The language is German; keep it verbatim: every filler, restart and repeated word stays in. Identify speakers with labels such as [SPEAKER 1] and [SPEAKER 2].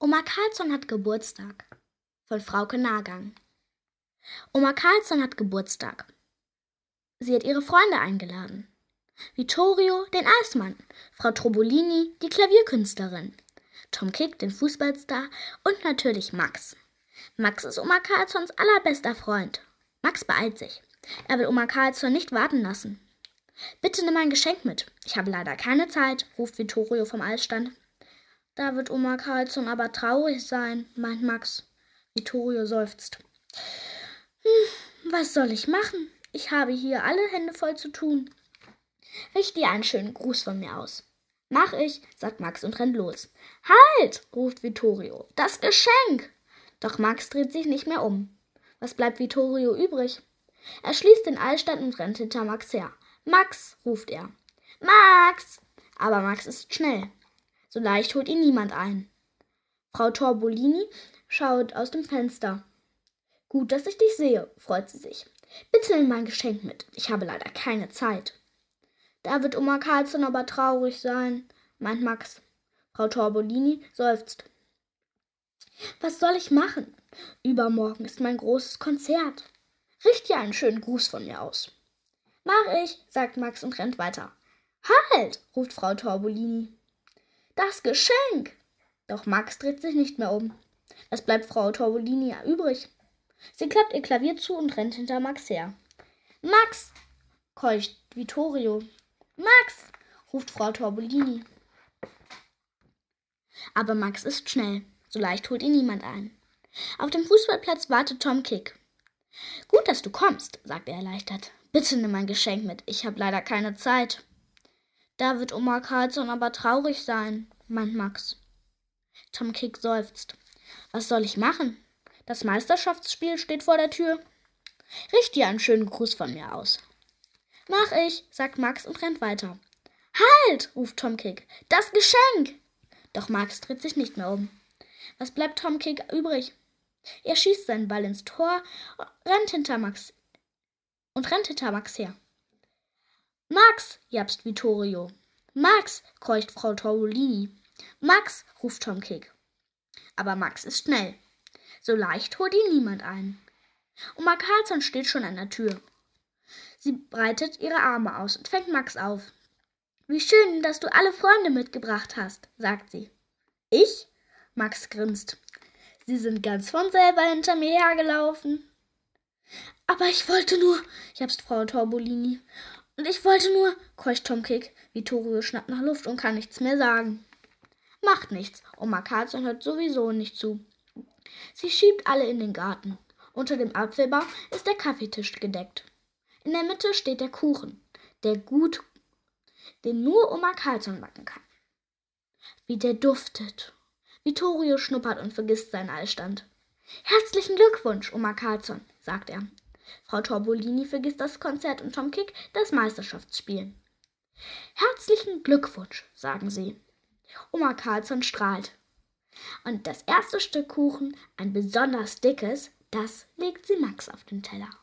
[SPEAKER 1] Oma Karlsson hat Geburtstag von Frauke Nagang. Oma Karlsson hat Geburtstag. Sie hat ihre Freunde eingeladen. Vittorio, den Eismann, Frau Trobolini, die Klavierkünstlerin, Tom Kick, den Fußballstar und natürlich Max. Max ist Oma Karlssons allerbester Freund. Max beeilt sich. Er will Oma Karlsson nicht warten lassen. »Bitte nimm ein Geschenk mit. Ich habe leider keine Zeit«, ruft Vittorio vom Eisstand. »Da wird Oma Karlsson aber traurig sein«, meint Max. Vittorio seufzt. Hm, was soll ich machen? Ich habe hier alle Hände voll zu tun. Richte dir einen schönen Gruß von mir aus. Mach ich, sagt Max und rennt los. Halt, ruft Vittorio, das Geschenk! Doch Max dreht sich nicht mehr um. Was bleibt Vittorio übrig? Er schließt den Eisstand und rennt hinter Max her. Max, ruft er. Max! Aber Max ist schnell. So leicht holt ihn niemand ein. Frau Torbolini schaut aus dem Fenster. Gut, dass ich dich sehe, freut sie sich. Bitte nimm mein Geschenk mit. Ich habe leider keine Zeit. Da wird Oma Karlsson aber traurig sein, meint Max. Frau Torbolini seufzt. Was soll ich machen? Übermorgen ist mein großes Konzert. Richte dir einen schönen Gruß von mir aus. Mach ich, sagt Max und rennt weiter. Halt, ruft Frau Torbolini. Das Geschenk! Doch Max dreht sich nicht mehr um. Was bleibt Frau Torbolini übrig? Sie klappt ihr Klavier zu und rennt hinter Max her. Max! Keucht Vittorio. Max! Ruft Frau Torbolini. Aber Max ist schnell. So leicht holt ihn niemand ein. Auf dem Fußballplatz wartet Tom Kick. Gut, dass du kommst, sagt er erleichtert. Bitte nimm mein Geschenk mit. Ich habe leider keine Zeit. Da wird Oma Karlsson aber traurig sein, meint Max. Tom Kick seufzt. Was soll ich machen? Das Meisterschaftsspiel steht vor der Tür. Richte dir einen schönen Gruß von mir aus. Mach ich, sagt Max und rennt weiter. Halt, ruft Tom Kick. Das Geschenk! Doch Max dreht sich nicht mehr um. Was bleibt Tom Kick übrig? Er schießt seinen Ball ins Tor und rennt hinter Max und rennt hinter Max her. Max, japst Vittorio. Max, keucht Frau Torbolini. Max, ruft Tom Kick. Aber Max ist schnell. So leicht holt ihn niemand ein. Oma Karlsson steht schon an der Tür. Sie breitet ihre Arme aus und fängt Max auf. Wie schön, dass du alle Freunde mitgebracht hast, sagt sie. Ich? Max grinst. Sie sind ganz von selber hinter mir hergelaufen. Aber ich wollte nur, japst Frau Torbolini. Und ich wollte nur, keucht Tom Kick. Vittorio schnappt nach Luft und kann nichts mehr sagen. Macht nichts, Oma Karlsson hört sowieso nicht zu. Sie schiebt alle in den Garten. Unter dem Apfelbaum ist der Kaffeetisch gedeckt. In der Mitte steht der Kuchen, der gut, den nur Oma Karlsson backen kann. Wie der duftet. Vittorio schnuppert und vergisst seinen Eisstand. Herzlichen Glückwunsch, Oma Karlsson, sagt er. Frau Torbolini vergisst das Konzert und Tom Kick das Meisterschaftsspiel. Herzlichen Glückwunsch, sagen sie. Oma Karlsson strahlt. Und das erste Stück Kuchen, ein besonders dickes, das legt sie Max auf den Teller.